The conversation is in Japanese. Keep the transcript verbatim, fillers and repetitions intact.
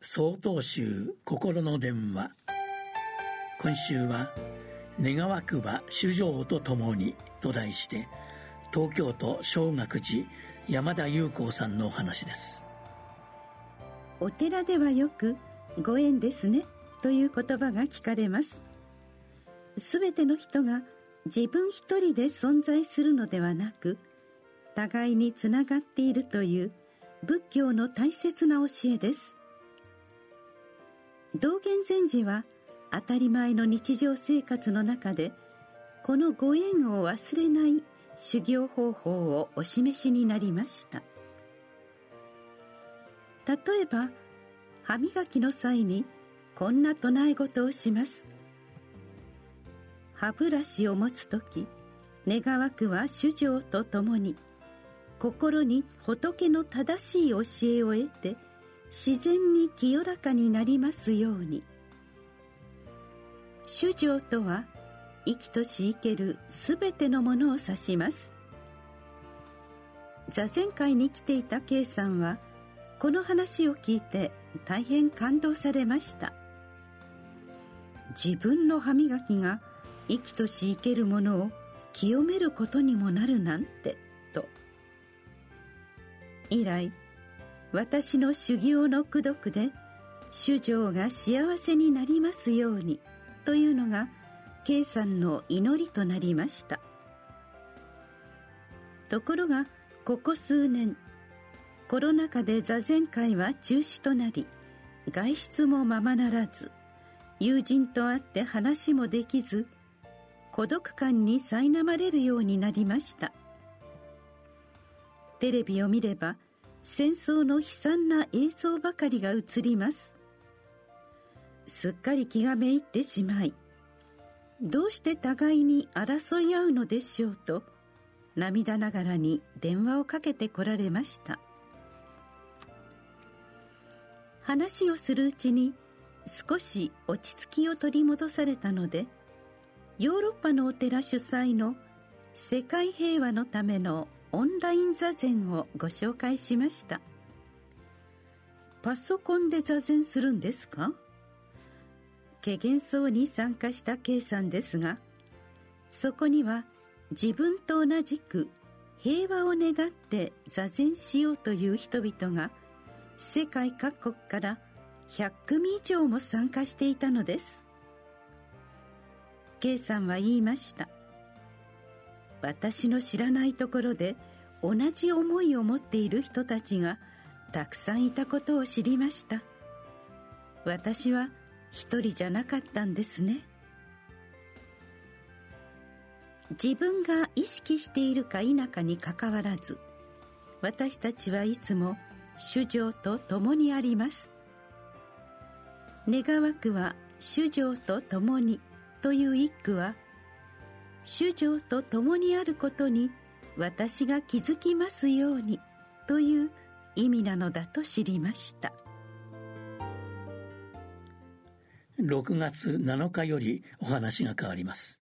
曹洞宗心の電話。今週は願わくば主情とともにと題して、東京都正覚寺山田裕光さんのお話です。 お寺ではよくご縁ですねという言葉が聞かれます。すべての人が自分一人で存在するのではなく、互いにつながっているという仏教の大切な教えです。道元禅師は当たり前の日常生活の中でこのご縁を忘れない修行方法をお示しになりました。例えば歯磨きの際にこんな唱え事をします。歯ブラシを持つとき、願わくは主情とともに心に仏の正しい教えを得て自然に清らかになりますように。主情とは生きとし生けるすべてのものを指します。座禅会に来ていた K さんはこの話を聞いて大変感動されました。自分の歯磨きが生きとし生けるものを清めることにもなるなんてと。以来私の修行の功徳で主情が幸せになりますようにというのが K さんの祈りとなりました。ところがここ数年コロナ禍で座禅会は中止となり、外出もままならず、友人と会って話もできず、孤独感に苛まれるようになりました。テレビを見れば戦争の悲惨な映像ばかりが映ります。すっかり気がめいってしまい、どうして互いに争い合うのでしょうと涙ながらに電話をかけてこられました。話をするうちに少し落ち着きを取り戻されたので、ヨーロッパのお寺主催の世界平和のためのオンライン座禅をご紹介しました。パソコンで座禅するんですか？怪訝そうに参加した K さんですが、そこには自分と同じく平和を願って座禅しようという人々が世界各国からひゃく組以上も参加していたのです。 K さんは言いました。私の知らないところで同じ思いを持っている人たちがたくさんいたことを知りました。私は一人じゃなかったんですね。自分が意識しているか否かにかかわらず、私たちはいつも主情と共にあります。願わくは主情と共にという一句は、主情と共にあることに私が気づきますようにという意味なのだと知りました。 ろくがつなのかよりお話が変わります。